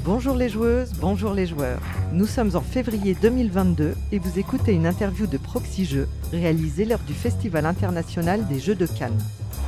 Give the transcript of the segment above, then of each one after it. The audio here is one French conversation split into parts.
Bonjour les joueuses, bonjour les joueurs. Nous sommes en février 2022 et vous écoutez une interview de Proxy Jeux réalisée lors du Festival international des Jeux de Cannes.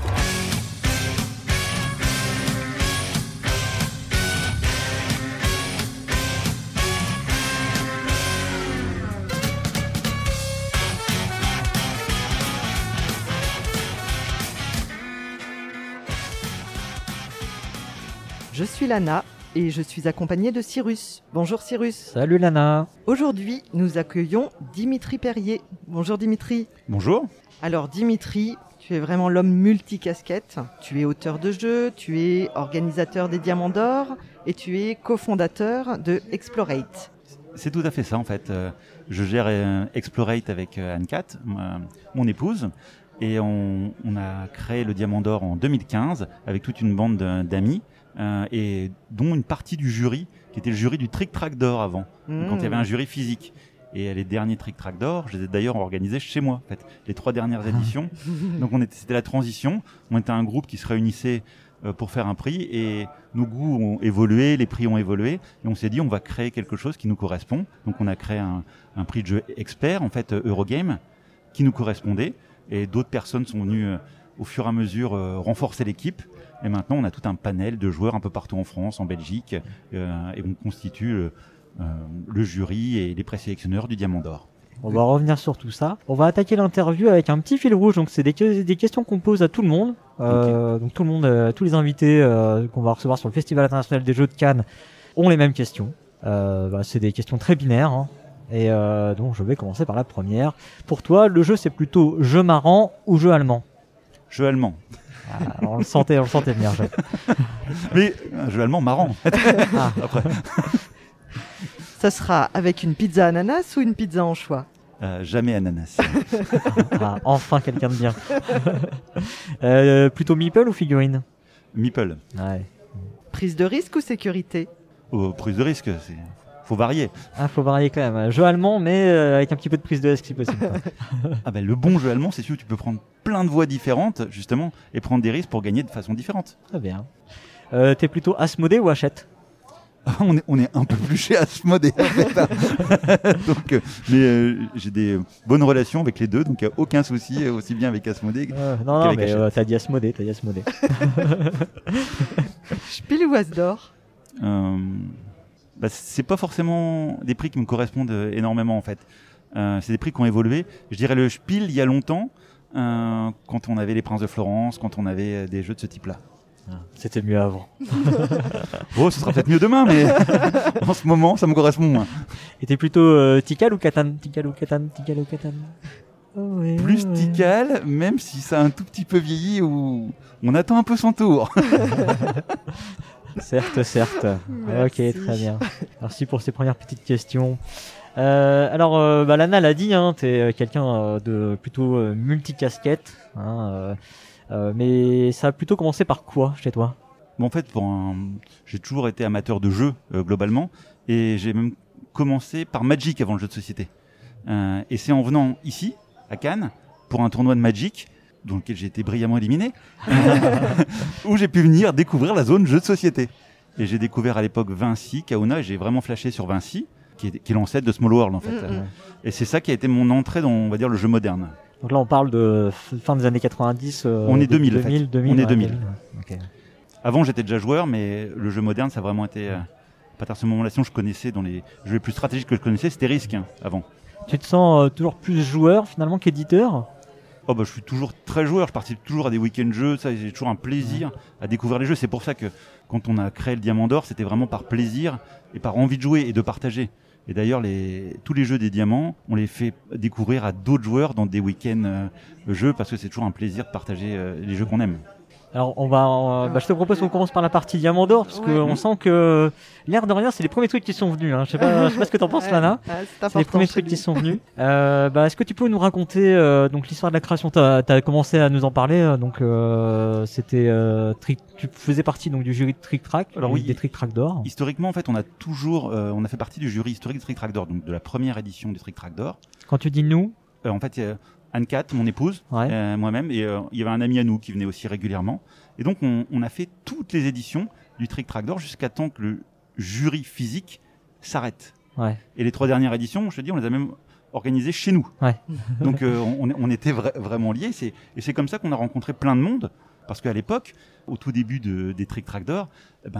Je suis Lana et je suis accompagnée de Cyrus. Bonjour Cyrus. Salut Lana. Aujourd'hui, nous accueillons Dimitri Perrier. Bonjour Dimitri. Bonjour. Alors Dimitri, tu es vraiment l'homme multicasquette. Tu es auteur de jeux, tu es organisateur des Diamants d'Or et tu es cofondateur de Explorate. C'est tout à fait ça en fait. Je gère Explorate avec Anne-Cat, mon épouse. Et on a créé le Diamant d'Or en 2015 avec toute une bande d'amis. Et dont une partie du jury qui était le jury du Trick Track d'Or avant, quand il y avait un jury physique. Et les derniers Trick Track d'Or, je les ai d'ailleurs organisés chez moi, en fait, les 3 dernières éditions. Donc c'était la transition. On était un groupe qui se réunissait pour faire un prix et nos goûts ont évolué, les prix ont évolué et on s'est dit on va créer quelque chose qui nous correspond. Donc on a créé un prix de jeu expert, en fait Eurogame, qui nous correspondait et d'autres personnes sont venues au fur et à mesure renforcer l'équipe. Et maintenant, on a tout un panel de joueurs un peu partout en France, en Belgique, et on constitue le jury et les présélectionneurs du Diamant d'Or. On va revenir sur tout ça. On va attaquer l'interview avec un petit fil rouge. Donc, c'est des questions qu'on pose à tout le monde. Okay. Donc, tout le monde, tous les invités qu'on va recevoir sur le Festival international des Jeux de Cannes ont les mêmes questions. C'est des questions très binaires. Hein. Et donc, je vais commencer par la première. Pour toi, le jeu, c'est plutôt jeu marrant ou jeu allemand ? Jeu allemand. On le sentait venir. Mais un jeu allemand marrant. Après. Ça sera avec une pizza ananas ou une pizza anchois ? Jamais ananas. Enfin quelqu'un de bien. Plutôt meeple ou figurine ? Meeple. Ouais. Prise de risque ou sécurité ? Prise de risque, faut varier. Faut varier quand même. Jeu allemand, mais avec un petit peu de prise de risque si possible. Le bon jeu allemand, c'est sûr que tu peux prendre plein de voies différentes, justement, et prendre des risques pour gagner de façon différente. Très bien. T'es plutôt Asmodée ou Hachette ? On est un peu plus chez Asmodée, en fait. Donc, mais j'ai des bonnes relations avec les deux, donc il n'y a aucun souci, aussi bien avec Asmodée qu'avec Hachette. T'as dit Asmodée. Spiel ou As-d'or ? C'est pas forcément des prix qui me correspondent énormément en fait. C'est des prix qui ont évolué. Je dirais le Spiel il y a longtemps, quand on avait les Princes de Florence, quand on avait des jeux de ce type-là. C'était mieux avant. Ce sera peut-être mieux demain, mais en ce moment, ça me correspond moins. Et t'es plutôt Tikal ou Catan ? Plus Tikal, même si ça a un tout petit peu vieilli, où on attend un peu son tour. Certes. Merci. Ok, très bien. Merci pour ces premières petites questions. Lana l'a dit, t'es quelqu'un de plutôt multicasquette. Mais ça a plutôt commencé par quoi chez toi ? En fait, j'ai toujours été amateur de jeux globalement, et j'ai même commencé par Magic avant le jeu de société. Et c'est en venant ici, à Cannes, pour un tournoi de Magic, dans lequel j'ai été brillamment éliminé, où j'ai pu venir découvrir la zone jeu de société. Et j'ai découvert à l'époque Vinci, Kaona, et j'ai vraiment flashé sur Vinci, qui est l'ancêtre de Small World en fait. Et c'est ça qui a été mon entrée dans, on va dire, le jeu moderne. Donc là on parle de fin des années 90. On est 2000 en fait. 2000, on est 2000. Okay. Avant j'étais déjà joueur, mais le jeu moderne ça a vraiment été... à partir de ce moment-là, sinon je connaissais, dans les jeux les plus stratégiques que je connaissais, c'était Risk avant. Tu te sens toujours plus joueur finalement qu'éditeur ? Je suis toujours très joueur, je participe toujours à des week-ends jeux, ça, j'ai toujours un plaisir à découvrir les jeux. C'est pour ça que quand on a créé le Diamant d'Or, c'était vraiment par plaisir et par envie de jouer et de partager. Et d'ailleurs, tous les jeux des diamants, on les fait découvrir à d'autres joueurs dans des week-ends jeux parce que c'est toujours un plaisir de partager les jeux qu'on aime. Alors je te propose qu'on commence par la partie Diamant d'Or parce qu'on sent que l'air de rien c'est les premiers trucs qui sont venus. Je sais pas ce que t'en penses Lana. C'est les premiers trucs qui sont venus. Est-ce que tu peux nous raconter donc l'histoire de la création ? T'as commencé à nous en parler. C'était tu faisais partie donc du jury de Trick Track. Alors oui, des Trick Track d'Or. Historiquement en fait on a toujours on a fait partie du jury historique de Trick Track d'Or, donc de la première édition du Trick Track d'Or. Quand tu dis nous, en fait Anne-Cat, mon épouse, moi-même, et il y avait un ami à nous qui venait aussi régulièrement. Et donc, on a fait toutes les éditions du Trick Track d'Or jusqu'à temps que jury physique s'arrête. Ouais. Et les 3 dernières éditions, je te dis, on les a même organisées chez nous. Ouais. Donc on était vraiment liés. Et c'est comme ça qu'on a rencontré plein de monde. Parce qu'à l'époque, au tout début des Trick Track d'Or,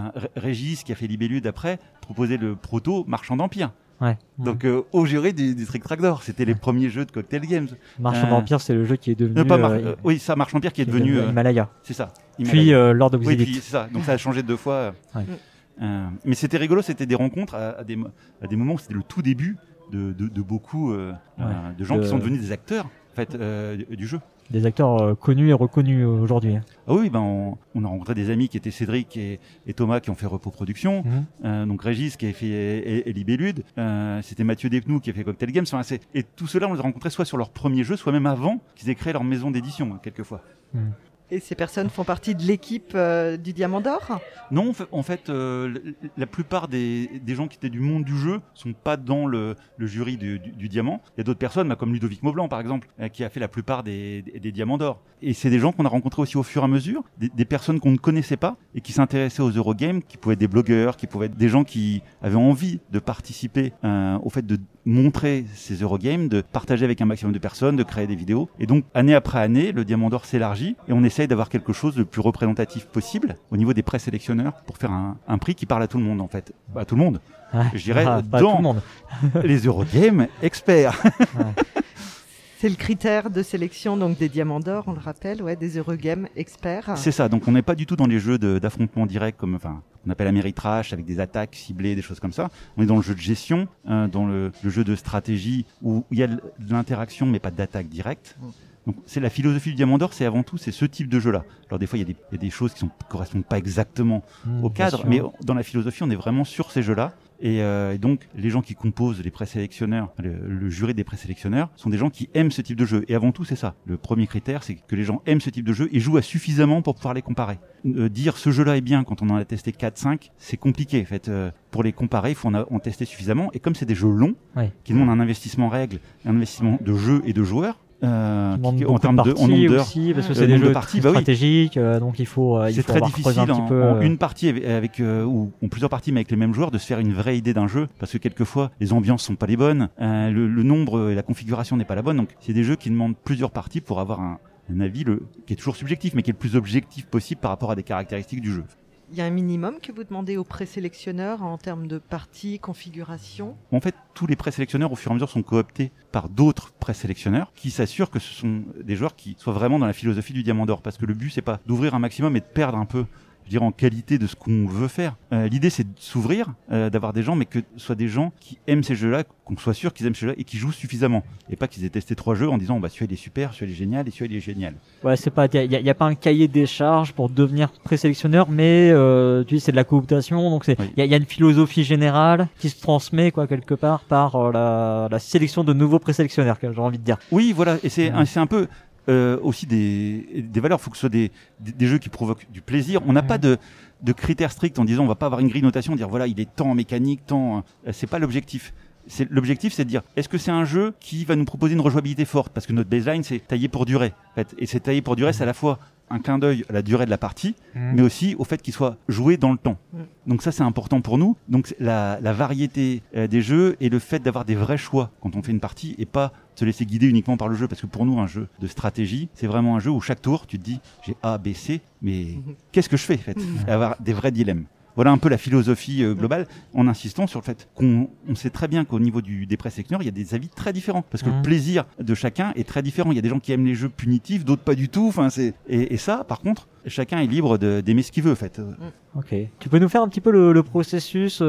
Régis, qui a fait Libellude après, proposait le proto Marchand d'Empire. Ouais. Donc au jury des Trick Track d'Or, c'était les premiers jeux de Cocktail Games. Marchand d'Empire, c'est le jeu qui est devenu... oui, ça, Marchand d'Empire qui est devenu... Himalaya. C'est ça. Puis Lord of the Oui, puis c'est ça. Donc ça a changé 2 fois. Ouais. Mais c'était rigolo, c'était des rencontres à des moments où c'était le tout début de beaucoup de gens qui sont devenus des acteurs en fait, du jeu. Des acteurs connus et reconnus aujourd'hui. Ah oui, on a rencontré des amis qui étaient Cédric et Thomas qui ont fait Repos Productions, donc Régis qui a fait Libellude, c'était Mathieu Despnous qui a fait Cocktail Games, et tout cela on les a rencontrés soit sur leur premier jeu, soit même avant qu'ils aient créé leur maison d'édition, quelquefois. Et ces personnes font partie de l'équipe du Diamant d'Or ? Non, en fait, la plupart des gens qui étaient du monde du jeu sont pas dans le jury du Diamant. Il y a d'autres personnes, comme Ludovic Maublanc par exemple, qui a fait la plupart des Diamants d'Or. Et c'est des gens qu'on a rencontrés aussi au fur et à mesure, des personnes qu'on ne connaissait pas et qui s'intéressaient aux Eurogames, qui pouvaient être des blogueurs, qui pouvaient être des gens qui avaient envie de participer au fait de montrer ces Eurogames, de partager avec un maximum de personnes, de créer des vidéos. Et donc, année après année, le Diamant d'Or s'élargit et on essaye d'avoir quelque chose de plus représentatif possible au niveau des présélectionneurs pour faire un prix qui parle à tout le monde, en fait. À tout le monde. Je dirais pas tout le monde. Les Eurogames experts. C'est le critère de sélection donc des Diamants d'Or, on le rappelle, des Eurogames experts. C'est ça, donc on n'est pas du tout dans les jeux d'affrontement direct comme on appelle Ameritrash avec des attaques ciblées, des choses comme ça. On est dans le jeu de gestion, dans le jeu de stratégie où il y a de l'interaction mais pas d'attaque directe. Donc c'est la philosophie du Diamant d'Or, c'est avant tout c'est ce type de jeu-là. Alors des fois il y a des choses qui correspondent pas exactement au cadre, mais dans la philosophie on est vraiment sur ces jeux-là. Et donc les gens qui composent les présélectionneurs, le jury des présélectionneurs, sont des gens qui aiment ce type de jeu. Et avant tout c'est ça. Le premier critère c'est que les gens aiment ce type de jeu et jouent à suffisamment pour pouvoir les comparer. Dire ce jeu-là est bien quand on en a testé 4-5, c'est compliqué. En fait, pour les comparer, il faut en tester suffisamment. Et comme c'est des jeux longs, qui demandent un investissement règle, un investissement de jeu et de joueurs, en termes de nombre d'heures aussi, parce que c'est des jeux stratégiques, donc il faut c'est très difficile un petit peu en une partie avec ou en plusieurs parties mais avec les mêmes joueurs de se faire une vraie idée d'un jeu, parce que quelquefois les ambiances sont pas les bonnes, le nombre et la configuration n'est pas la bonne, donc c'est des jeux qui demandent plusieurs parties pour avoir un avis qui est toujours subjectif mais qui est le plus objectif possible par rapport à des caractéristiques du jeu. Il y a un minimum que vous demandez aux présélectionneurs en termes de parties, configuration ? En fait, tous les présélectionneurs, au fur et à mesure, sont cooptés par d'autres présélectionneurs qui s'assurent que ce sont des joueurs qui soient vraiment dans la philosophie du Diamant d'Or. Parce que le but, c'est pas d'ouvrir un maximum et de perdre un peu, je dirais, en qualité de ce qu'on veut faire. L'idée, c'est de s'ouvrir, d'avoir des gens, mais que ce soit des gens qui aiment ces jeux-là, qu'on soit sûr qu'ils aiment ces jeux-là et qui jouent suffisamment. Et pas qu'ils aient testé 3 jeux en disant, celui-là, il est super, celui-là, il est génial et celui-là, il est génial. Ouais, c'est pas, il y a pas un cahier des charges pour devenir présélectionneur, mais tu sais, c'est de la cooptation, donc il y a une philosophie générale qui se transmet quelque part par la sélection de nouveaux présélectionnaires, j'ai envie de dire. Oui, voilà, et c'est un peu aussi des valeurs. Il faut que ce soit des jeux qui provoquent du plaisir. On n'a pas de critères stricts en disant on va pas avoir une grille de notation, dire voilà il est tant mécanique, tant. C'est pas l'objectif. L'objectif, c'est de dire, est-ce que c'est un jeu qui va nous proposer une rejouabilité forte ? Parce que notre baseline, c'est taillé pour durer. En fait. Et c'est taillé pour durer, c'est à la fois un clin d'œil à la durée de la partie, mais aussi au fait qu'il soit joué dans le temps. Donc ça, c'est important pour nous. Donc la variété des jeux et le fait d'avoir des vrais choix quand on fait une partie et pas se laisser guider uniquement par le jeu. Parce que pour nous, un jeu de stratégie, c'est vraiment un jeu où chaque tour, tu te dis, j'ai A, B, C, mais qu'est-ce que je fais en fait ? Avoir des vrais dilemmes. Voilà un peu la philosophie globale, en insistant sur le fait qu'on sait très bien qu'au niveau des présélectionneurs, il y a des avis très différents. Parce que le plaisir de chacun est très différent. Il y a des gens qui aiment les jeux punitifs, d'autres pas du tout. Et ça, par contre, chacun est libre d'aimer ce qu'il veut, en fait. Ok. Tu peux nous faire un petit peu le processus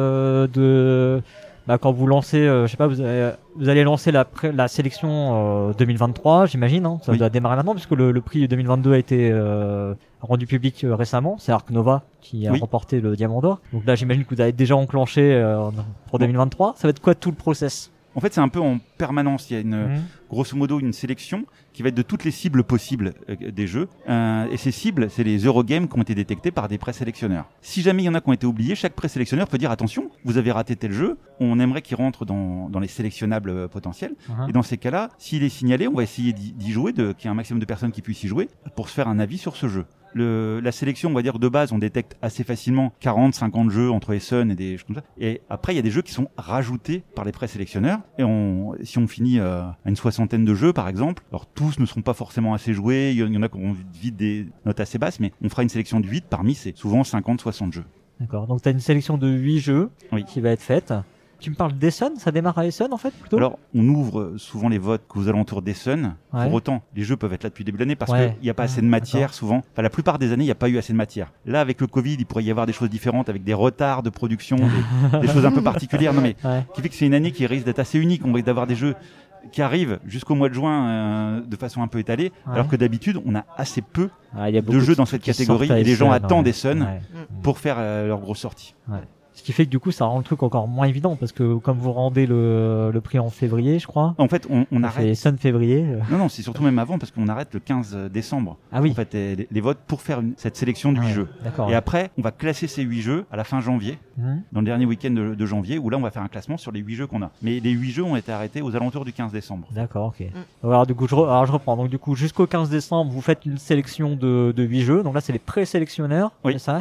de... quand vous lancez, je sais pas, vous allez lancer la sélection 2023, j'imagine. Hein, ça doit démarrer maintenant puisque le prix 2022 a été rendu public récemment. C'est Arc Nova qui a remporté le Diamant d'Or. Donc là, j'imagine que vous avez déjà enclenché pour 2023. Ça va être quoi tout le process ? En fait, c'est un peu en permanence. Il y a grosso modo une sélection qui va être de toutes les cibles possibles des jeux. Et ces cibles, c'est les Eurogames qui ont été détectés par des présélectionneurs. Si jamais il y en a qui ont été oubliés, chaque présélectionneur peut dire attention, vous avez raté tel jeu, on aimerait qu'il rentre dans les sélectionnables potentiels. Et dans ces cas-là, s'il est signalé, on va essayer d'y jouer, qu'il y ait un maximum de personnes qui puissent y jouer pour se faire un avis sur ce jeu. la sélection, on va dire de base, on détecte assez facilement 40-50 jeux entre Essen et des choses comme ça. Et après, il y a des jeux qui sont rajoutés par les présélectionneurs. Et si on finit à une 60aine de jeux, par exemple, alors tous ne seront pas forcément assez joués. Il y en a qui ont vite des notes assez basses, mais on fera une sélection de 8 parmi ces souvent 50-60 jeux. D'accord. Donc tu as une sélection de 8 jeux qui va être faite. Tu me parles d'Essen, ça démarre à Essen en fait plutôt ? Alors, on ouvre souvent les votes qu'aux alentours d'Essen. Pour autant, les jeux peuvent être là depuis le début de l'année parce qu'il n'y a pas assez de matière souvent. Enfin, la plupart des années, il n'y a pas eu assez de matière. Là, avec le Covid, il pourrait y avoir des choses différentes avec des retards de production, des choses un peu particulières. Non, mais qui fait que c'est une année qui risque d'être assez unique. On risque d'avoir des jeux qui arrivent jusqu'au mois de juin de façon un peu étalée, alors que d'habitude, on a assez peu de jeux dans cette catégorie et les gens attendent Essen pour faire leur grosse sortie. Ce qui fait que du coup ça rend le truc encore moins évident parce que comme vous rendez le prix en février je crois. En fait on arrête. C'est Essen février. Non c'est surtout même avant parce qu'on arrête le 15 décembre. Ah oui. En fait les votes pour faire cette sélection de 8 jeux. Et après on va classer ces 8 jeux à la fin janvier, dans le dernier week-end de janvier où là on va faire un classement sur les 8 jeux qu'on a. Mais les 8 jeux ont été arrêtés aux alentours du 15 décembre. D'accord, ok. Alors du coup je reprends. Donc du coup jusqu'au 15 décembre vous faites une sélection de 8 jeux. Donc là c'est les présélectionneurs, c'est ça,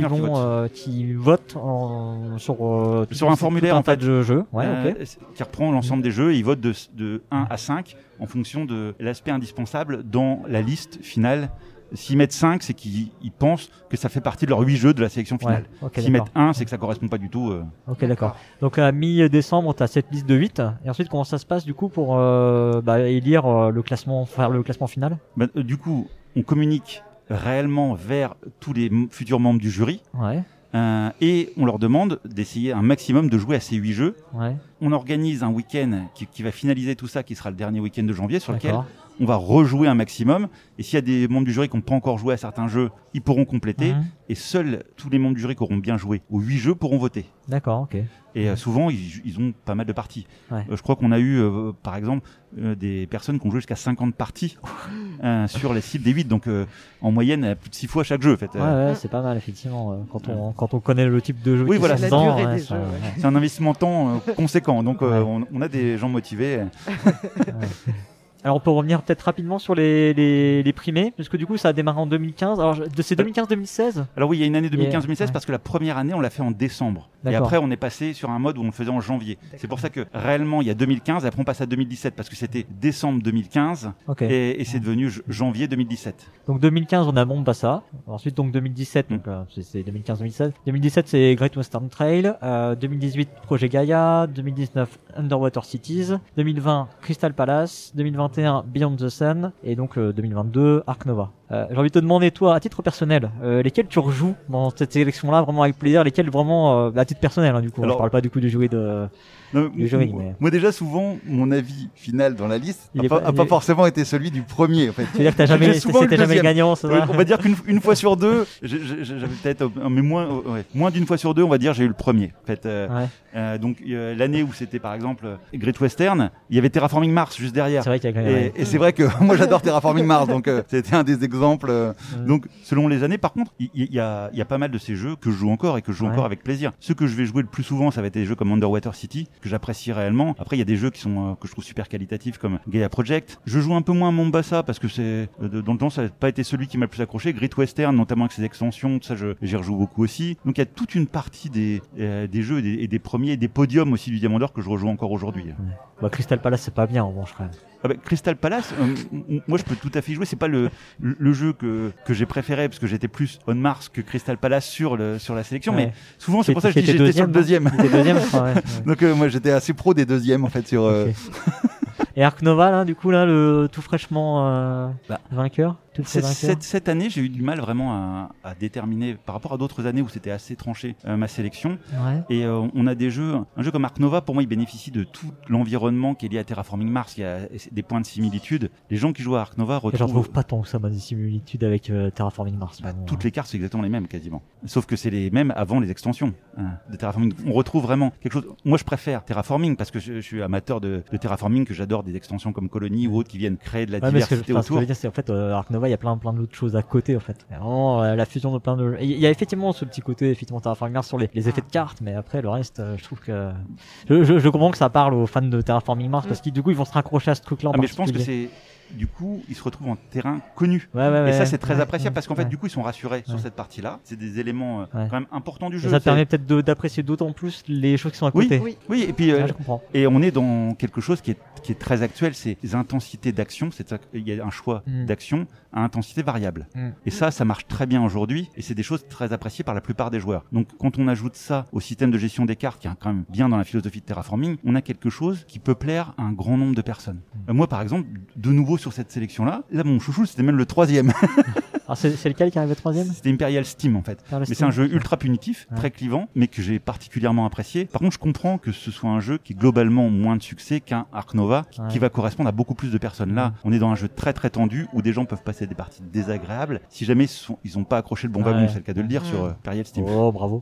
qui votent sur un formulaire en fait de jeu qui reprend l'ensemble des jeux et ils votent de 1 à 5 en fonction de l'aspect indispensable dans la liste finale. S'ils mettent 5, c'est qu'ils pensent que ça fait partie de leurs 8 jeux de la sélection finale. S'ils mettent 1, c'est que ça correspond pas du tout. Ok, d'accord. Donc à mi-décembre, tu as cette liste de 8. Et ensuite, comment ça se passe du coup pour élire le classement, faire le classement final ? Du coup, on communique réellement vers tous les futurs membres du jury. Et on leur demande d'essayer un maximum de jouer à ces 8 jeux. On organise un week-end qui va finaliser tout ça, qui sera le dernier week-end de janvier, sur lequel on va rejouer un maximum. Et s'il y a des membres du jury qui n'ont pas encore joué à certains jeux, ils pourront compléter. Et seuls tous les membres du jury qui auront bien joué aux 8 jeux pourront voter. D'accord, ok. Et souvent, ils ont pas mal de parties. Je crois qu'on a eu, par exemple, des personnes qui ont joué jusqu'à 50 parties sur les cibles des 8. Donc, en moyenne, plus de 6 fois chaque jeu. En fait. C'est pas mal, effectivement. Quand on connaît le type de jeu qui est dedans, c'est un investissement conséquent. Donc, on a des gens motivés. Alors on peut revenir peut-être rapidement sur les primés, puisque du coup ça a démarré en 2015. Alors c'est 2015-2016 ? Alors oui, il y a une année 2015-2016 parce que la première année on l'a fait en décembre. Et après on est passé sur un mode où on le faisait en janvier. C'est pour ça que réellement il y a 2015 et après on passe à 2017 parce que c'était décembre 2015 et c'est devenu janvier 2017. Donc 2015 on a Mombasa, ensuite donc 2017 donc c'est 2015-2016. 2017 c'est Great Western Trail, 2018 Projet Gaia, 2019 Underwater Cities, 2020 Crystal Palace, 2021 Beyond the Sun et donc 2022 Ark Nova. J'ai envie de te demander toi à titre personnel lesquels tu rejoues dans cette sélection là vraiment avec plaisir, lesquels vraiment à titre personnel du coup. Alors, je parle pas du coup du jouet de jury, mais... Moi déjà souvent mon avis final dans la liste n'a pas forcément été celui du premier en fait. C'est-à-dire que c'était jamais gagnant, c'est ça. On va dire qu'une fois sur deux j'avais peut-être mais moins d'une fois sur deux on va dire j'ai eu le premier en fait. Donc l'année où c'était par exemple Great Western, il y avait Terraforming Mars juste derrière. C'est vrai qu'il y a gagné, et c'est vrai que moi j'adore Terraforming Mars donc c'était un des exemples. Donc selon les années par contre il y a pas mal de ces jeux que je joue encore et que je joue encore avec plaisir. Ceux que je vais jouer le plus souvent ça va être des jeux comme Underwater City que j'apprécie réellement. Après il y a des jeux qui sont que je trouve super qualitatifs comme Gaia Project. Je joue un peu moins à Mombasa parce que c'est dans le temps ça n'a pas été celui qui m'a le plus accroché. Great Western notamment avec ses extensions, tout ça j'y rejoue beaucoup aussi. Donc il y a toute une partie des jeux et des premiers des podiums aussi du Diamant d'Or que je rejoue encore aujourd'hui. Crystal Palace c'est pas bien en revanche quand même. Crystal Palace, moi je peux tout à fait y jouer. C'est pas le jeu que j'ai préféré parce que j'étais plus on Mars que Crystal Palace sur la sélection, mais souvent c'est pour ça que je dis j'étais sur le deuxième. Donc moi j'étais assez pro des deuxièmes en fait sur. Et Ark Nova là, du coup là, le tout fraîchement vainqueur. Cette année, j'ai eu du mal vraiment à déterminer par rapport à d'autres années où c'était assez tranché ma sélection. Et on a des jeux, un jeu comme Ark Nova, pour moi, il bénéficie de tout l'environnement qui est lié à Terraforming Mars. Il y a des points de similitude. Les gens qui jouent à Ark Nova retrouvent. J'en trouve pas tant que ça, des similitudes avec Terraforming Mars. Toutes les cartes, c'est exactement les mêmes quasiment. Sauf que c'est les mêmes avant les extensions de Terraforming. On retrouve vraiment quelque chose. Moi, je préfère Terraforming parce que je suis amateur de Terraforming, que j'adore des extensions comme Colony ou autres qui viennent créer de la diversité autour. Ce que je veux dire, c'est en fait Ark Nova, il y a plein d'autres choses à côté en fait. Vraiment la fusion de plein de. Il y a effectivement ce petit côté effectivement Terraforming Mars sur les effets de cartes, mais après le reste, je trouve que je comprends que ça parle aux fans de Terraforming Mars parce que du coup ils vont se raccrocher à ce truc-là. Mais je pense que c'est du coup, ils se retrouvent en terrain connu. Ouais, et ça, c'est très appréciable parce qu'en fait, ouais. du coup, ils sont rassurés sur cette partie-là. C'est des éléments quand même importants du jeu. Et ça te permet peut-être d'apprécier d'autant plus les choses qui sont à côté. Oui, et puis je comprends. Et on est dans quelque chose qui est très actuel, c'est les intensités d'action. Il y a un choix d'action à intensité variable. Et ça marche très bien aujourd'hui et c'est des choses très appréciées par la plupart des joueurs. Donc quand on ajoute ça au système de gestion des cartes qui est quand même bien dans la philosophie de terraforming, on a quelque chose qui peut plaire à un grand nombre de personnes. Moi par exemple, de nouveau sur cette sélection-là, mon chouchou c'était même le 3e. Alors c'est lequel qui arrive au 3e ? C'était Imperial Steam en fait. Mais c'est un jeu ultra punitif, très clivant, mais que j'ai particulièrement apprécié. Par contre, je comprends que ce soit un jeu qui est globalement moins de succès qu'un Ark Nova, qui va correspondre à beaucoup plus de personnes. Là, on est dans un jeu très très tendu où des gens peuvent passer des parties désagréables si jamais ils n'ont pas accroché le bon wagon, c'est le cas de le dire sur Imperial Steam. Oh, bravo.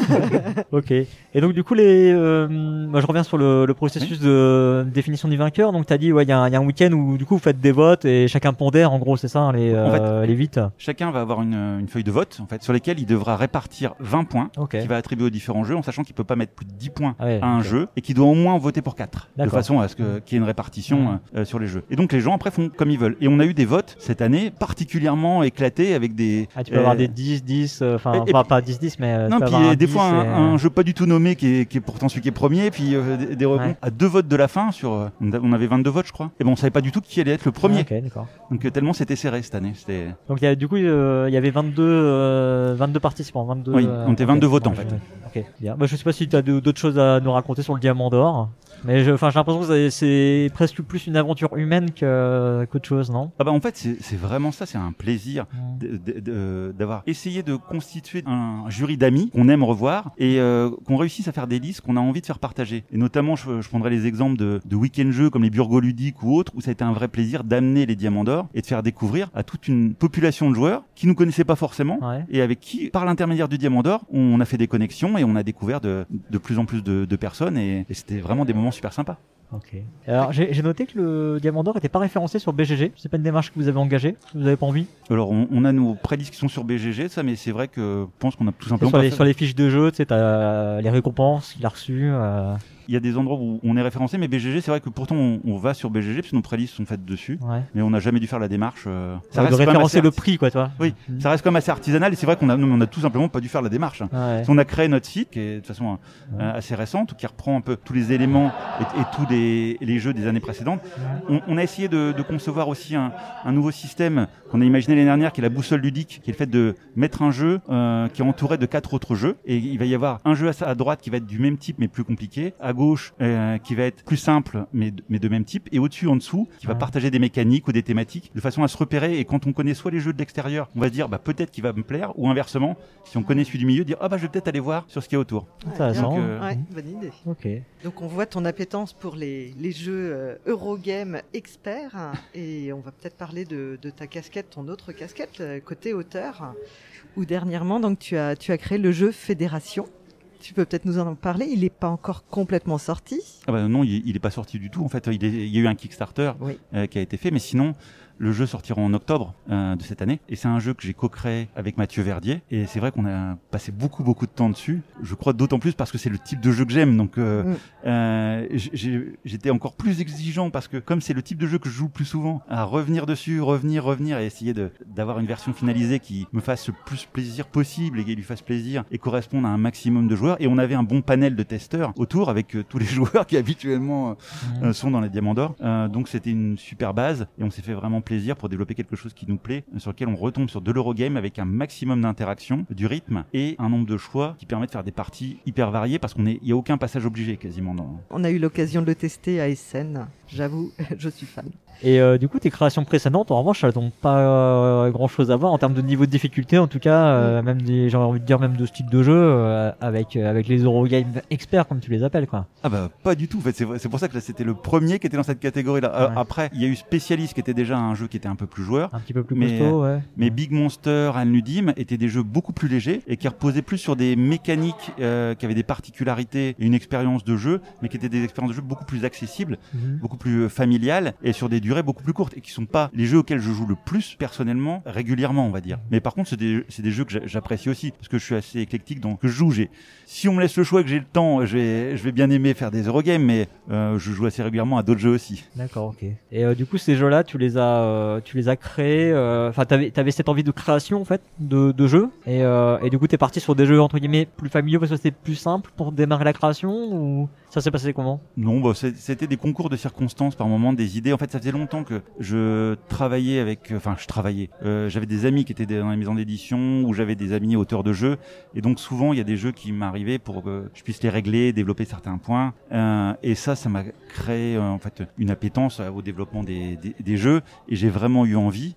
Ok. Et donc du coup, moi je reviens sur le processus de définition du vainqueur. Donc tu as dit, il y a un week-end où du coup vous faites des votes et chacun pondère, en gros, c'est ça, les 8. Chacun va avoir une feuille de vote en fait, sur lesquelles il devra répartir 20 points qu'il va attribuer aux différents jeux, en sachant qu'il peut pas mettre plus de 10 points à un jeu et qu'il doit au moins voter pour 4 de façon à ce qu'il y ait une répartition sur les jeux. Et donc les gens après font comme ils veulent. Et on a eu des votes cette année particulièrement éclatés avec des... tu peux avoir des 10-10, pas 10-10 mais... Non, puis des fois un jeu pas du tout nommé qui est pourtant celui qui est premier, puis des rebonds à 2 votes de la fin sur... on avait 22 votes je crois. Et bon on savait pas du tout qui allait être le premier. Donc tellement c'était serré cette année. Donc du coup il y avait 22 participants. Oui, on était 22 votants en fait. Ok, bien. Je sais pas si tu as d'autres choses à nous raconter sur le Diamant d'Or, mais j'ai l'impression que c'est presque plus une aventure humaine qu'autre chose, non ? En fait c'est vraiment ça, c'est un plaisir d'avoir essayé de constituer un jury d'amis qu'on aime revoir et qu'on réussisse à faire des listes qu'on a envie de faire partager. Et notamment je prendrai les exemples de week-end jeux comme les Burgos ludiques ou autres où ça a été un vrai plaisir d'amener les Diamants d'Or et de faire découvrir à toute une population de joueurs qui nous connaissaient pas forcément et avec qui, par l'intermédiaire du Diamant d'Or, on a fait des connexions et on a découvert de plus en plus de personnes et c'était vraiment des moments super sympas. Ok. Alors j'ai noté que le Diamant d'Or n'était pas référencé sur BGG. C'est pas une démarche que vous avez engagée. Vous avez pas envie ? Alors on a nos prélistes qui sont sur BGG, ça, mais c'est vrai que je pense qu'on a tout simplement sur les fiches de jeu, tu sais, t'as les récompenses qu'il a reçues. Il y a des endroits où on est référencé, mais BGG, c'est vrai que pourtant on va sur BGG parce que nos prélistes sont faites dessus, mais on n'a jamais dû faire la démarche. Ça reste de référencer le prix, quoi, toi. Oui, ça reste comme assez artisanal et c'est vrai qu'on a tout simplement pas dû faire la démarche. On a créé notre site qui est de toute façon assez récente, qui reprend un peu tous les éléments et tous les jeux des années précédentes. On a essayé de concevoir aussi un nouveau système qu'on a imaginé l'année dernière, qui est la boussole ludique, qui est le fait de mettre un jeu qui est entouré de 4 autres jeux et il va y avoir un jeu à droite qui va être du même type mais plus compliqué, à gauche qui va être plus simple mais de même type, et au-dessus, en dessous, qui va partager des mécaniques ou des thématiques de façon à se repérer. Et quand on connaît soit les jeux de l'extérieur, on va se dire peut-être qu'il va me plaire, ou inversement, si on connaît celui du milieu, dire je vais peut-être aller voir sur ce qu'il y a autour. Intéressant. Bonne idée. Ok. Donc on voit ton appétence pour les jeux Eurogame experts et on va peut-être parler de ta casquette, ton autre casquette côté auteur, où dernièrement donc tu as créé le jeu Fédération. Tu peux peut-être nous en parler. Il n'est pas encore complètement sorti. Non, il n'est pas sorti du tout. En fait, il y a eu un Kickstarter qui a été fait, mais sinon, le jeu sortira en octobre de cette année. Et c'est un jeu que j'ai co-créé avec Mathieu Verdier. Et c'est vrai qu'on a passé beaucoup de temps dessus. Je crois d'autant plus parce que c'est le type de jeu que j'aime. Donc, j'étais encore plus exigeant parce que comme c'est le type de jeu que je joue plus souvent, à revenir dessus, revenir et essayer d'avoir une version finalisée qui me fasse le plus plaisir possible et qui lui fasse plaisir et corresponde à un maximum de joueurs. Et on avait un bon panel de testeurs autour avec tous les joueurs qui habituellement sont dans les Diamants d'Or. Donc c'était une super base et on s'est fait vraiment plaisir pour développer quelque chose qui nous plaît, sur lequel on retombe sur de l'Eurogame avec un maximum d'interaction, du rythme et un nombre de choix qui permet de faire des parties hyper variées parce qu'il n'y a aucun passage obligé quasiment. On a eu l'occasion de le tester à Essen. J'avoue, je suis fan. Et du coup, tes créations précédentes, en revanche, elles n'ont pas grand-chose à voir en termes de niveau de difficulté, en tout cas, même j'ai envie de dire même de style de jeu, avec les Eurogame experts, comme tu les appelles, quoi. Pas du tout. En fait, c'est pour ça que là, c'était le premier qui était dans cette catégorie-là. Après, il y a eu Spécialiste qui était déjà un jeu qui était un peu plus joueur, un petit peu plus costaud, mais Big Monster, Al-Nudim étaient des jeux beaucoup plus légers et qui reposaient plus sur des mécaniques qui avaient des particularités et une expérience de jeu, mais qui étaient des expériences de jeu beaucoup plus accessibles, beaucoup plus familiales et sur des des durées beaucoup plus courtes et qui sont pas les jeux auxquels je joue le plus personnellement, régulièrement, on va dire. Mais par contre, c'est des jeux que j'apprécie aussi parce que je suis assez éclectique dans ce que je joue. Si on me laisse le choix et que j'ai le temps, je vais bien aimer faire des Eurogames, mais je joue assez régulièrement à d'autres jeux aussi. D'accord, ok. Et du coup, ces jeux-là, tu les as créés. Enfin, t'avais cette envie de création en fait, de jeux, et du coup, t'es parti sur des jeux entre guillemets plus familiaux parce que c'était plus simple pour démarrer la création, ou ça s'est passé comment? Non, c'était des concours de circonstances par moment, des idées. En fait, ça faisait longtemps que je travaillais j'avais des amis qui étaient dans les maisons d'édition, ou j'avais des amis auteurs de jeux, et donc souvent il y a des jeux qui m'arrivaient pour que je puisse les régler, développer certains points, et ça m'a créé en fait une appétence au développement des jeux, et j'ai vraiment eu envie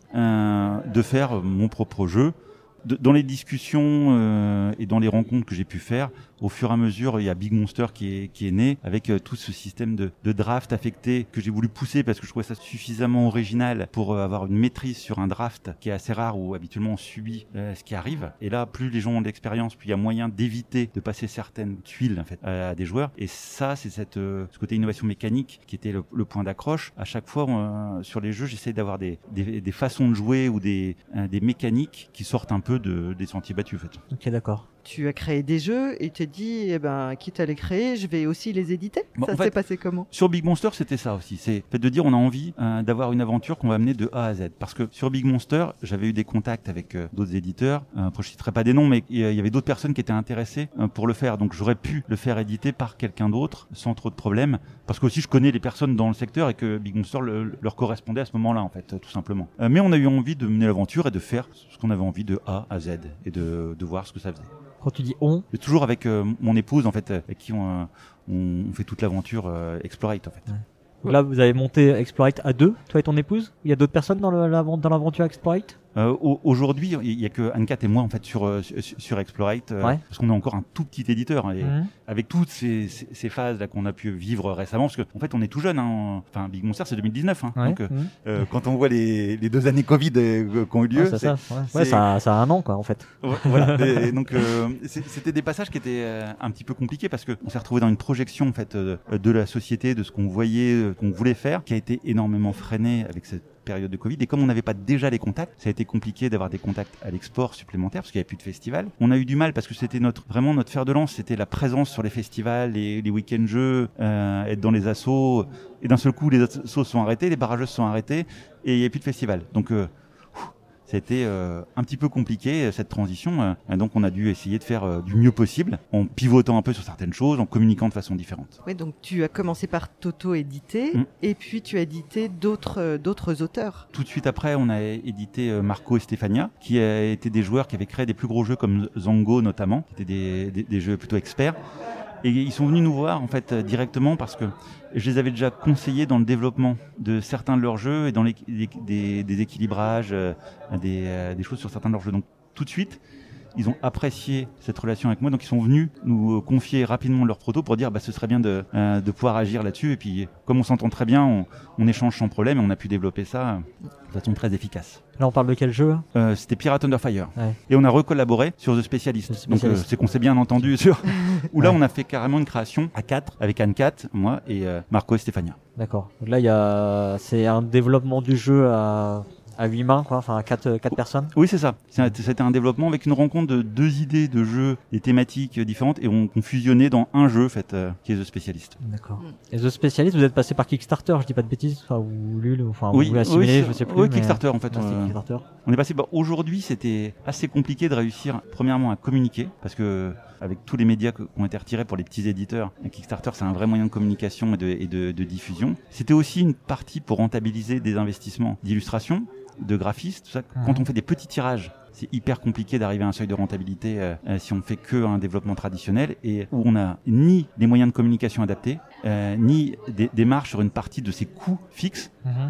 de faire mon propre jeu. Dans les discussions et dans les rencontres que j'ai pu faire, au fur et à mesure, il y a Big Monster qui est né avec tout ce système de draft affecté que j'ai voulu pousser parce que je trouvais ça suffisamment original pour avoir une maîtrise sur un draft qui est assez rare où habituellement on subit ce qui arrive. Et là, plus les gens ont de l'expérience, plus il y a moyen d'éviter de passer certaines tuiles en fait, à des joueurs. Et ça, c'est ce côté innovation mécanique qui était le point d'accroche. À chaque fois, sur les jeux, j'essaie d'avoir des façons de jouer ou des mécaniques qui sortent un peu des sentiers battus en fait. Ok, d'accord. Tu as créé des jeux et t'es dit, quitte à les créer, je vais aussi les éditer. Ça s'est passé comment? Sur Big Monster, c'était ça aussi. C'est le fait de dire, on a envie d'avoir une aventure qu'on va amener de A à Z. Parce que sur Big Monster, j'avais eu des contacts avec d'autres éditeurs. Après, je citerai pas des noms, mais il y avait d'autres personnes qui étaient intéressées pour le faire. Donc, j'aurais pu le faire éditer par quelqu'un d'autre sans trop de problèmes. Parce que aussi, je connais les personnes dans le secteur et que Big Monster leur correspondait à ce moment-là, en fait, tout simplement. Mais on a eu envie de mener l'aventure et de faire ce qu'on avait envie de A à Z et de voir ce que ça faisait. Quand tu dis on, et toujours avec mon épouse en fait, avec qui on fait toute l'aventure Explorate en fait. Ouais. Donc là, vous avez monté Explorate à deux, toi et ton épouse. Il y a d'autres personnes dans l'aventure Explorate? Aujourd'hui, il y a que Anne-Cat et moi en fait sur Explorate, parce qu'on est encore un tout petit éditeur et avec toutes ces phases là qu'on a pu vivre récemment, parce que en fait on est tout jeune. Enfin, Big Monster c'est 2019, donc quand on voit les 2 années Covid qui ont eu lieu, ça a 1 an quoi en fait. Voilà. Et donc c'était des passages qui étaient un petit peu compliqués parce que on s'est retrouvé dans une projection en fait de la société, de ce qu'on voyait, qu'on voulait faire, qui a été énormément freiné avec cette période de Covid, et comme on n'avait pas déjà les contacts, ça a été compliqué d'avoir des contacts à l'export supplémentaires parce qu'il n'y avait plus de festivals. On a eu du mal parce que c'était vraiment notre fer de lance, c'était la présence sur les festivals, les week-ends jeux, être dans les assos, et d'un seul coup les assos sont arrêtés, les barrageuses sont arrêtés et il n'y avait plus de festivals. Donc c'était un petit peu compliqué cette transition, donc on a dû essayer de faire du mieux possible en pivotant un peu sur certaines choses, en communiquant de façon différente. Oui, donc tu as commencé par t'auto-éditer et puis tu as édité d'autres auteurs. Tout de suite après, on a édité Marco et Stéphania, qui étaient des joueurs qui avaient créé des plus gros jeux comme Zango notamment, qui étaient des jeux plutôt experts. Et ils sont venus nous voir en fait directement parce que je les avais déjà conseillés dans le développement de certains de leurs jeux et dans des équilibrages, des choses sur certains de leurs jeux. Donc tout de suite, ils ont apprécié cette relation avec moi, donc ils sont venus nous confier rapidement leur proto pour dire ce serait bien de pouvoir agir là-dessus. Et puis comme on s'entend très bien, on échange sans problème et on a pu développer ça de façon très efficace. Là on parle de quel jeu? C'était Pirate Under Fire. Et on a recollaboré sur The Specialist. Donc c'est qu'on s'est bien entendu sur où là on a fait carrément une création à 4 avec Anne-Cat, moi et Marco et Stéphania. D'accord. Donc là c'est un développement du jeu à 8 mains, quoi, enfin à 4 personnes. Oui, c'est ça. C'était un développement avec une rencontre de 2 idées de jeux, des thématiques différentes, et on fusionnait dans un jeu, en fait, qui est The Specialist. D'accord. Et The Specialist, vous êtes passé par Kickstarter, je dis pas de bêtises, ou Lul, enfin vous voulez assimiler, je sais plus. Oui, Kickstarter, en fait. Kickstarter. On est passé. Aujourd'hui, c'était assez compliqué de réussir, premièrement, à communiquer, parce que avec tous les médias qui ont été retirés pour les petits éditeurs, Kickstarter, c'est un vrai moyen de communication et de diffusion. C'était aussi une partie pour rentabiliser des investissements d'illustration, de graphistes, tout ça. Quand on fait des petits tirages, c'est hyper compliqué d'arriver à un seuil de rentabilité si on ne fait que un développement traditionnel et où on n'a ni les moyens de communication adaptés, ni des marges sur une partie de ses coûts fixes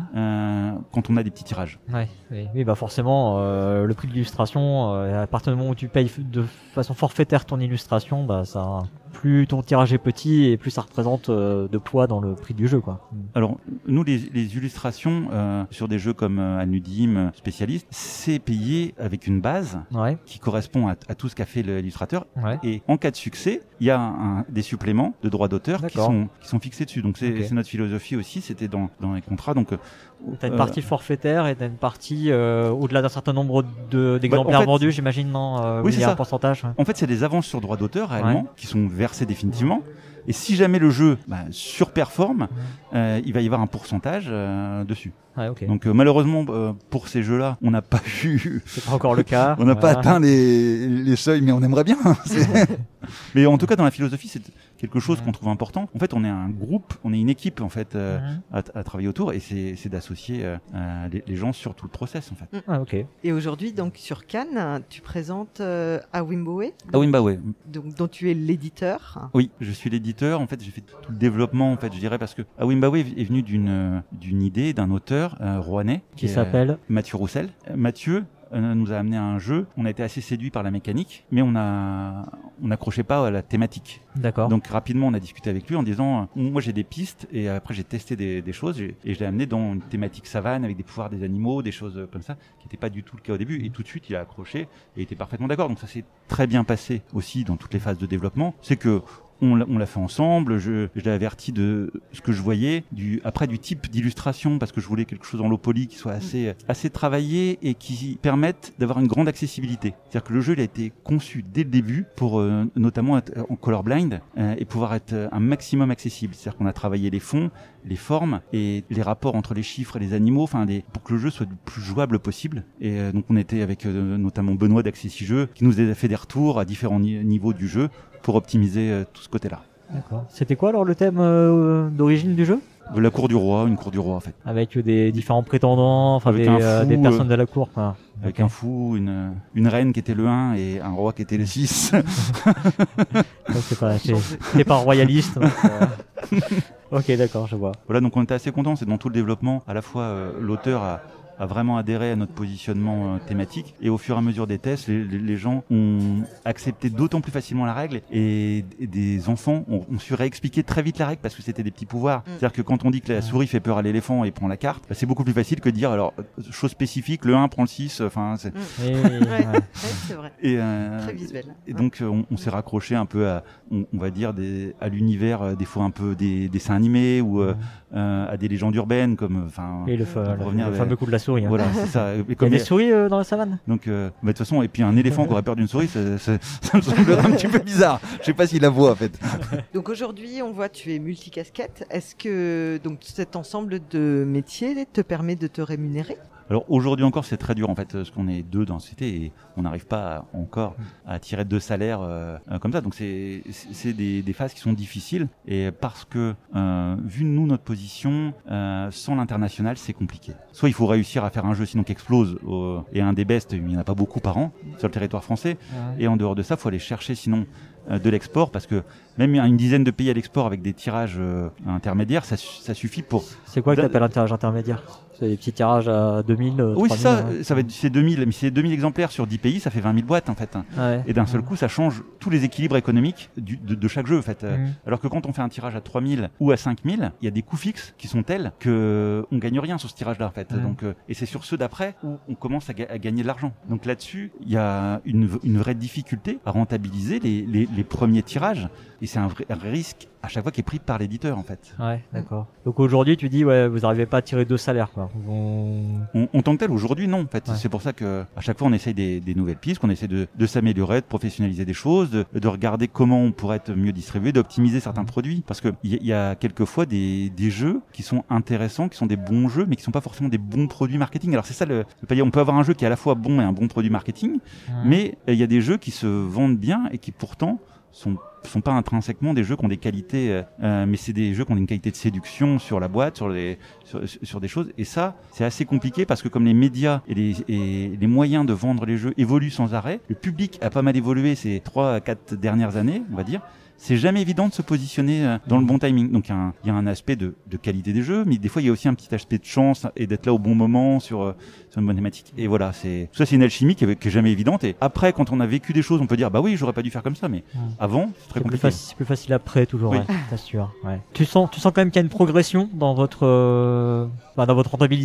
quand on a des petits tirages. Oui, forcément, le prix de l'illustration, à partir du moment où tu payes de façon forfaitaire ton illustration, ça, plus ton tirage est petit et plus ça représente de poids dans le prix du jeu, quoi. Alors, nous, les illustrations sur des jeux comme Anudim, Spécialiste, c'est payé avec une base qui correspond à tout ce qu'a fait l'illustrateur. Et en cas de succès, il y a des suppléments de droits d'auteur qui sont fixés dessus. Donc c'est notre philosophie aussi, c'était dans les contrats. Donc Donc, t'as une partie forfaitaire et t'as une partie au-delà d'un certain nombre d'exemplaires vendus, j'imagine, non oui, il y a un pourcentage. En fait, c'est des avances sur droit d'auteur réellement qui sont versées définitivement. Et si jamais le jeu surperforme, il va y avoir un pourcentage dessus. Ah, okay. Donc malheureusement pour ces jeux-là, on n'a pas eu. C'est pas encore le cas. On n'a pas atteint les seuils, mais on aimerait bien. Mais en tout cas, dans la philosophie, c'est quelque chose qu'on trouve important. En fait, on est un groupe, on est une équipe en fait à travailler autour, et c'est d'associer les gens sur tout le process en fait. Ah, ok. Et aujourd'hui, donc sur Cannes, tu présentes Awimbawe. Awimbawe. Donc dont tu es l'éditeur. Oui, je suis l'éditeur. En fait, j'ai fait tout le développement en fait, je dirais, parce que Awimbawe est venu d'une idée d'un auteur rouennais qui s'appelle Mathieu Roussel. Mathieu nous a amené à un jeu. On a été assez séduit par la mécanique, mais on n'accrochait pas à la thématique. D'accord. Donc rapidement, on a discuté avec lui en disant moi j'ai des pistes, et après j'ai testé des choses et je l'ai amené dans une thématique savane avec des pouvoirs des animaux, des choses comme ça, qui n'était pas du tout le cas au début. Et tout de suite, il a accroché et était parfaitement d'accord. Donc ça s'est très bien passé aussi dans toutes les phases de développement. C'est que on l'a fait ensemble, je l'ai averti de ce que je voyais, du type d'illustration, parce que je voulais quelque chose en low poly qui soit assez travaillé et qui permette d'avoir une grande accessibilité. C'est-à-dire que le jeu il a été conçu dès le début pour notamment être en colorblind et pouvoir être un maximum accessible. C'est-à-dire qu'on a travaillé les fonds, les formes et les rapports entre les chiffres et les animaux, pour que le jeu soit le plus jouable possible. Et donc on était avec notamment Benoît d'Accessi Jeux qui nous a fait des retours à différents niveaux du jeu pour optimiser tout ce côté-là. D'accord. C'était quoi alors le thème d'origine du jeu ? La cour du roi, une cour du roi en fait. Avec des différents prétendants, des personnes de la cour. Quoi. Avec un fou, une reine qui était le 1 et un roi qui était le 6. C'est pas royaliste. Donc, ok, d'accord, je vois. Voilà, donc on était assez contents. C'est dans tout le développement. À la fois, l'auteur a vraiment adhéré à notre positionnement thématique, et au fur et à mesure des tests, les gens ont accepté d'autant plus facilement la règle, et des enfants ont su réexpliquer très vite la règle parce que c'était des petits pouvoirs. C'est-à-dire que quand on dit que la souris fait peur à l'éléphant et prend la carte, c'est beaucoup plus facile que de dire alors chose spécifique, le 1 prend le 6, enfin c'est c'est vrai. Et très visuel. Et donc on s'est raccroché un peu à on va dire à l'univers des fois un peu des dessins animés ou à des légendes urbaines comme et le fameux coup de la souris. Voilà, c'est ça. Et comme il y a des souris dans la savane. Donc, de toute façon, et puis un éléphant qui aurait peur d'une souris, ça me semble un petit peu bizarre. Je sais pas s'il la voit en fait. Donc aujourd'hui, on voit tu es multicasquette. Est-ce que donc cet ensemble de métiers te permet de te rémunérer ? Alors aujourd'hui encore, c'est très dur en fait, parce qu'on est deux dans la société et on n'arrive pas encore à tirer 2 salaires comme ça. Donc c'est des phases qui sont difficiles, et parce que vu nous notre position, sans l'international, c'est compliqué. Soit il faut réussir à faire un jeu sinon qui explose, et un des best, il n'y en a pas beaucoup par an sur le territoire français, et en dehors de ça, il faut aller chercher sinon de l'export, parce que même une dizaine de pays à l'export avec des tirages intermédiaires, ça suffit pour... C'est quoi que tu appelles un tirage intermédiaire ? C'est des petits tirages à 2000, 3000. Oui, c'est 2000, mais c'est 2000 exemplaires sur 10 pays, ça fait 20 000 boîtes en fait. Et d'un seul coup, ça change tous les équilibres économiques de chaque jeu en fait. Alors que quand on fait un tirage à 3000 ou à 5000, il y a des coûts fixes qui sont tels que on gagne rien sur ce tirage-là en fait. Donc, et c'est sur ceux d'après où on commence à gagner de l'argent. Donc là-dessus, il y a une vraie difficulté à rentabiliser les premiers tirages, et c'est un vrai risque à chaque fois qui est pris par l'éditeur en fait. Ouais, d'accord. Donc aujourd'hui, tu dis vous n'arrivez pas à tirer 2 salaires quoi. En tant que tel, aujourd'hui non en fait. C'est pour ça que à chaque fois on essaye des nouvelles pistes, qu'on essaie de s'améliorer, de professionnaliser des choses, de regarder comment on pourrait être mieux distribué, d'optimiser certains produits, parce que il y a quelquefois des jeux qui sont intéressants, qui sont des bons jeux, mais qui sont pas forcément des bons produits marketing. Alors c'est ça on peut avoir un jeu qui est à la fois bon et un bon produit marketing, mais il y a des jeux qui se vendent bien et qui pourtant sont pas intrinsèquement des jeux qui ont des qualités, mais c'est des jeux qui ont une qualité de séduction sur la boîte, sur des choses. Et ça, c'est assez compliqué parce que comme les médias et les moyens de vendre les jeux évoluent sans arrêt, le public a pas mal évolué ces 3 à 4 dernières années, on va dire. C'est jamais évident de se positionner dans le bon timing. Donc il y a un aspect de qualité des jeux, mais des fois il y a aussi un petit aspect de chance et d'être là au bon moment sur une bonne thématique. Et voilà, c'est une alchimie qui est jamais évidente. Et après, quand on a vécu des choses, on peut dire bah oui, j'aurais pas dû faire comme ça, mais avant c'est très compliqué. C'est plus facile après toujours, oui. T'assures. Ouais. Tu sens quand même qu'il y a une progression dans votre rentabilité.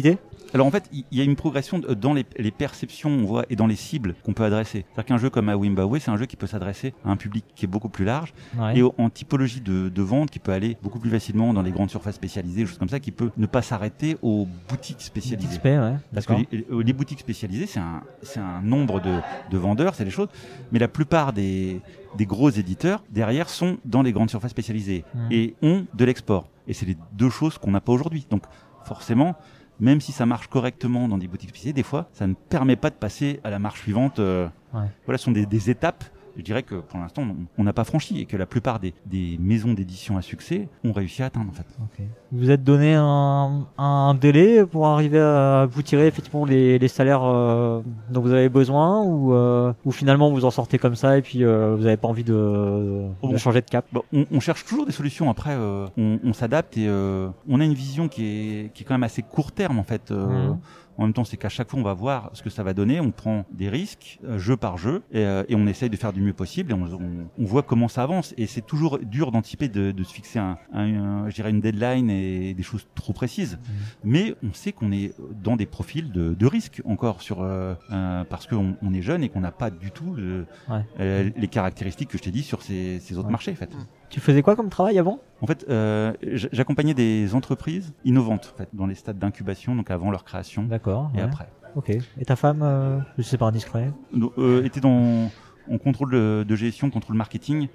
Alors en fait, il y a une progression dans les perceptions, on voit, et dans les cibles qu'on peut adresser. C'est-à-dire qu'un jeu comme Awimbawe, c'est un jeu qui peut s'adresser à un public qui est beaucoup plus large, et en typologie de vente qui peut aller beaucoup plus facilement dans les grandes surfaces spécialisées, des choses comme ça, qui peut ne pas s'arrêter aux boutiques spécialisées. Parce que les boutiques spécialisées, c'est un nombre de vendeurs, c'est des choses, mais la plupart des gros éditeurs derrière sont dans les grandes surfaces spécialisées et ont de l'export. Et c'est les deux choses qu'on n'a pas aujourd'hui. Donc forcément, même si ça marche correctement dans des boutiques spécialisées, des fois, ça ne permet pas de passer à la marche suivante. Voilà, ce sont des étapes. Je dirais que pour l'instant, on n'a pas franchi et que la plupart des maisons d'édition à succès ont réussi à atteindre en fait. Okay. Vous êtes donné un délai pour arriver à vous tirer effectivement les salaires dont vous avez besoin ou finalement vous en sortez comme ça et puis vous n'avez pas envie de changer de cap? On cherche toujours des solutions. Après, on s'adapte et on a une vision qui est quand même assez court terme en fait. En même temps, c'est qu'à chaque fois, on va voir ce que ça va donner. On prend des risques, jeu par jeu, et on essaye de faire du mieux possible. Et on voit comment ça avance. Et c'est toujours dur d'anticiper, de se fixer je dirais une deadline et des choses trop précises. Mais on sait qu'on est dans des profils de risque encore parce qu'on est jeune et qu'on n'a pas du tout les caractéristiques que je t'ai dit sur ces autres marchés, en fait. Tu faisais quoi comme travail avant? En fait, j'accompagnais des entreprises innovantes en fait, dans les stades d'incubation, donc avant leur création. D'accord. Et après. Ok. Et ta femme, je sais pas, indiscret, était en contrôle de gestion, contrôle marketing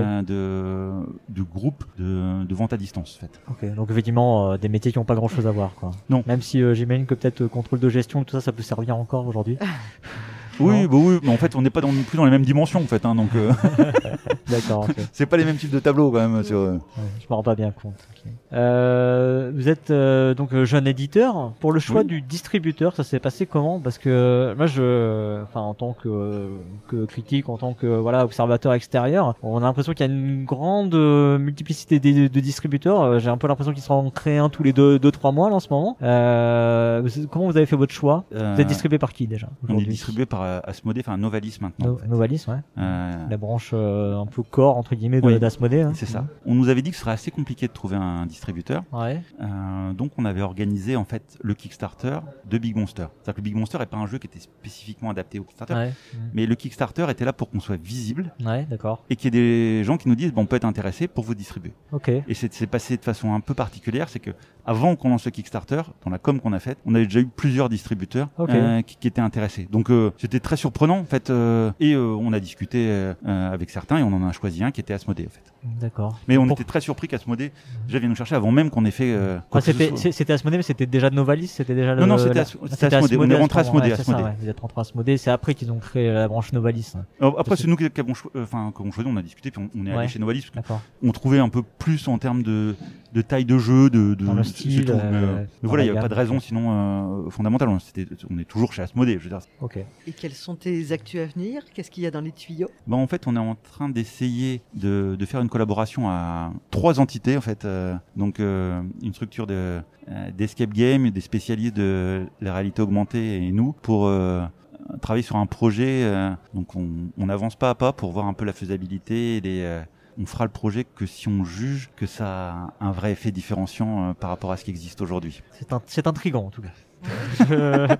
de groupes de vente à distance. En fait. Ok. Donc effectivement, des métiers qui n'ont pas grand-chose à voir, quoi. Non. Même si j'imagine que peut-être contrôle de gestion, tout ça, ça peut servir encore aujourd'hui. Oui, mais en fait, on n'est pas non plus dans les mêmes dimensions, en fait. Donc, d'accord. Okay. C'est pas les mêmes types de tableaux, quand même. Je me rends pas bien compte. Okay. Vous êtes donc jeune éditeur. Pour le choix du distributeur, ça s'est passé comment? Parce que moi, en tant que critique, en tant que observateur extérieur, on a l'impression qu'il y a une grande multiplicité de distributeurs. J'ai un peu l'impression qu'ils s'en créent un tous les 2-3 mois là, en ce moment. Comment vous avez fait votre choix? Vous êtes distribué par qui déjà? On est distribué par Asmodée, enfin Novalis maintenant. Novalis, ouais. La branche un peu core entre guillemets d'Asmodée. C'est ça. On nous avait dit que ce serait assez compliqué de trouver un distributeur. Ouais. Donc on avait organisé en fait le Kickstarter de Big Monster. C'est-à-dire que le Big Monster n'est pas un jeu qui était spécifiquement adapté au Kickstarter, mais le Kickstarter était là pour qu'on soit visible. Ouais, d'accord. Et qu'il y ait des gens qui nous disent on peut être intéressé pour vous distribuer. Ok. Et c'est passé de façon un peu particulière, c'est que avant qu'on lance le Kickstarter, dans la com qu'on a faite, on avait déjà eu plusieurs distributeurs qui étaient intéressés. Donc c'était très surprenant en fait, et on a discuté avec certains et on en a choisi un qui était Asmodée en fait. D'accord. Mais on était très surpris qu'Asmodée déjà vienne nous chercher avant même qu'on ait fait. C'était Asmodée, mais c'était déjà Novalis, c'était déjà non, c'était Asmodée. On est rentré à Asmodée. Vous êtes rentré à Asmodée, c'est après qu'ils ont créé la branche Novalis. Après, c'est nous qui avons choisi, on a discuté, puis on est allé chez Novalis parce qu'on trouvait un peu plus en termes de taille de jeu, dans le style. Mais voilà, il n'y a pas de raison sinon fondamentale. On est toujours chez Asmodée, je veux dire. Ok. Et quelles sont tes actus à venir? Qu'est-ce qu'il y a dans les tuyaux? En fait, on est en train d'essayer de faire une collaboration à 3 entités en fait. Donc une structure d'escape game, des spécialistes de la réalité augmentée et nous pour travailler sur un projet. Donc on avance pas à pas pour voir un peu la faisabilité. On fera le projet que si on juge que ça a un vrai effet différenciant par rapport à ce qui existe aujourd'hui. C'est intriguant en tout cas.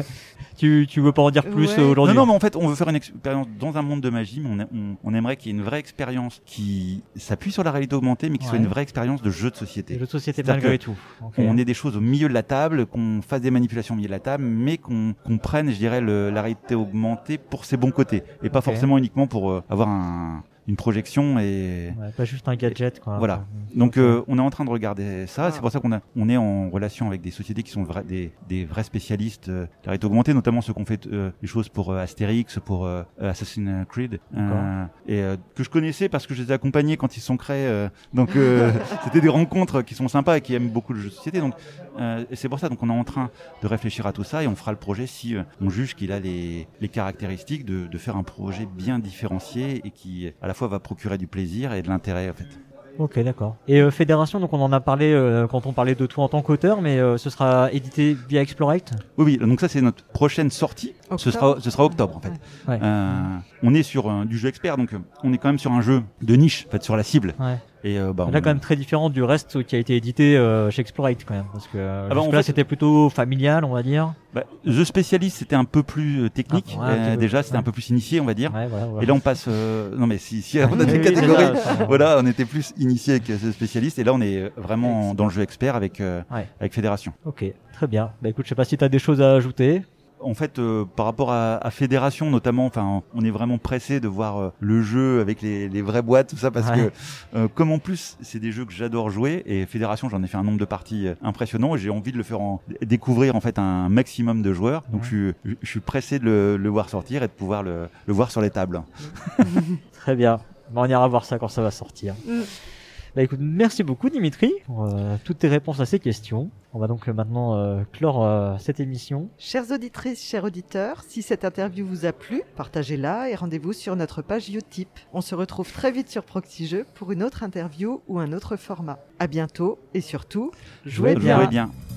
Tu veux pas en dire plus aujourd'hui? Non, mais en fait, on veut faire une expérience dans un monde de magie, mais on aimerait qu'il y ait une vraie expérience qui s'appuie sur la réalité augmentée, mais qui soit une vraie expérience de jeu de société. De jeu de société malgré tout. On ait des choses au milieu de la table, qu'on fasse des manipulations au milieu de la table, mais qu'on prenne, je dirais, la réalité augmentée pour ses bons côtés, et pas forcément uniquement pour avoir une projection et pas juste un gadget quoi. Voilà. Donc on est en train de regarder ça. C'est pour ça qu'on est en relation avec des sociétés qui sont des vrais spécialistes de la réalité augmentée, notamment ceux qui ont fait des choses pour Astérix, pour Assassin's Creed, et que je connaissais parce que je les ai accompagnés quand ils sont créés. Donc c'était des rencontres qui sont sympas et qui aiment beaucoup le jeu de société. Donc c'est pour ça. Donc on est en train de réfléchir à tout ça et on fera le projet si on juge qu'il a les caractéristiques de faire un projet bien différencié et qui à la fois va procurer du plaisir et de l'intérêt en fait. Ok, d'accord. Et Fédération, donc on en a parlé quand on parlait de toi en tant qu'auteur, mais ce sera édité via Explorate? Oui, donc ça c'est notre prochaine sortie. Ce sera octobre en fait. Ouais. On est sur du jeu expert, donc on est quand même sur un jeu de niche, en fait, sur la cible. Ouais. Et là, quand même très différent du reste qui a été édité chez Explorate quand même, parce que là c'était plutôt familial, on va dire. The Specialist c'était un peu plus technique, déjà c'était un peu plus initié, on va dire. Ouais, voilà. Et là on passe, non mais si on a des catégories, voilà, on était plus initié avec The Specialist, et là on est vraiment dans le jeu expert avec Fédération. Ok, très bien. Écoute, je sais pas si tu as des choses à ajouter. En fait, par rapport à Fédération notamment, enfin, on est vraiment pressé de voir le jeu avec les vraies boîtes, tout ça, parce que comme en plus c'est des jeux que j'adore jouer, et Fédération, j'en ai fait un nombre de parties impressionnant, et j'ai envie de le faire découvrir en fait un maximum de joueurs. Donc je suis pressé de le voir sortir et de pouvoir le voir sur les tables. Très bien. On ira voir ça quand ça va sortir. Écoute, merci beaucoup Dimitri pour toutes tes réponses à ces questions. On va donc maintenant clore cette émission. Chères auditrices, chers auditeurs, si cette interview vous a plu, partagez-la et rendez-vous sur notre page Utip. On se retrouve très vite sur Proxy Jeux pour une autre interview ou un autre format. À bientôt et surtout, jouez bien. Jouez bien.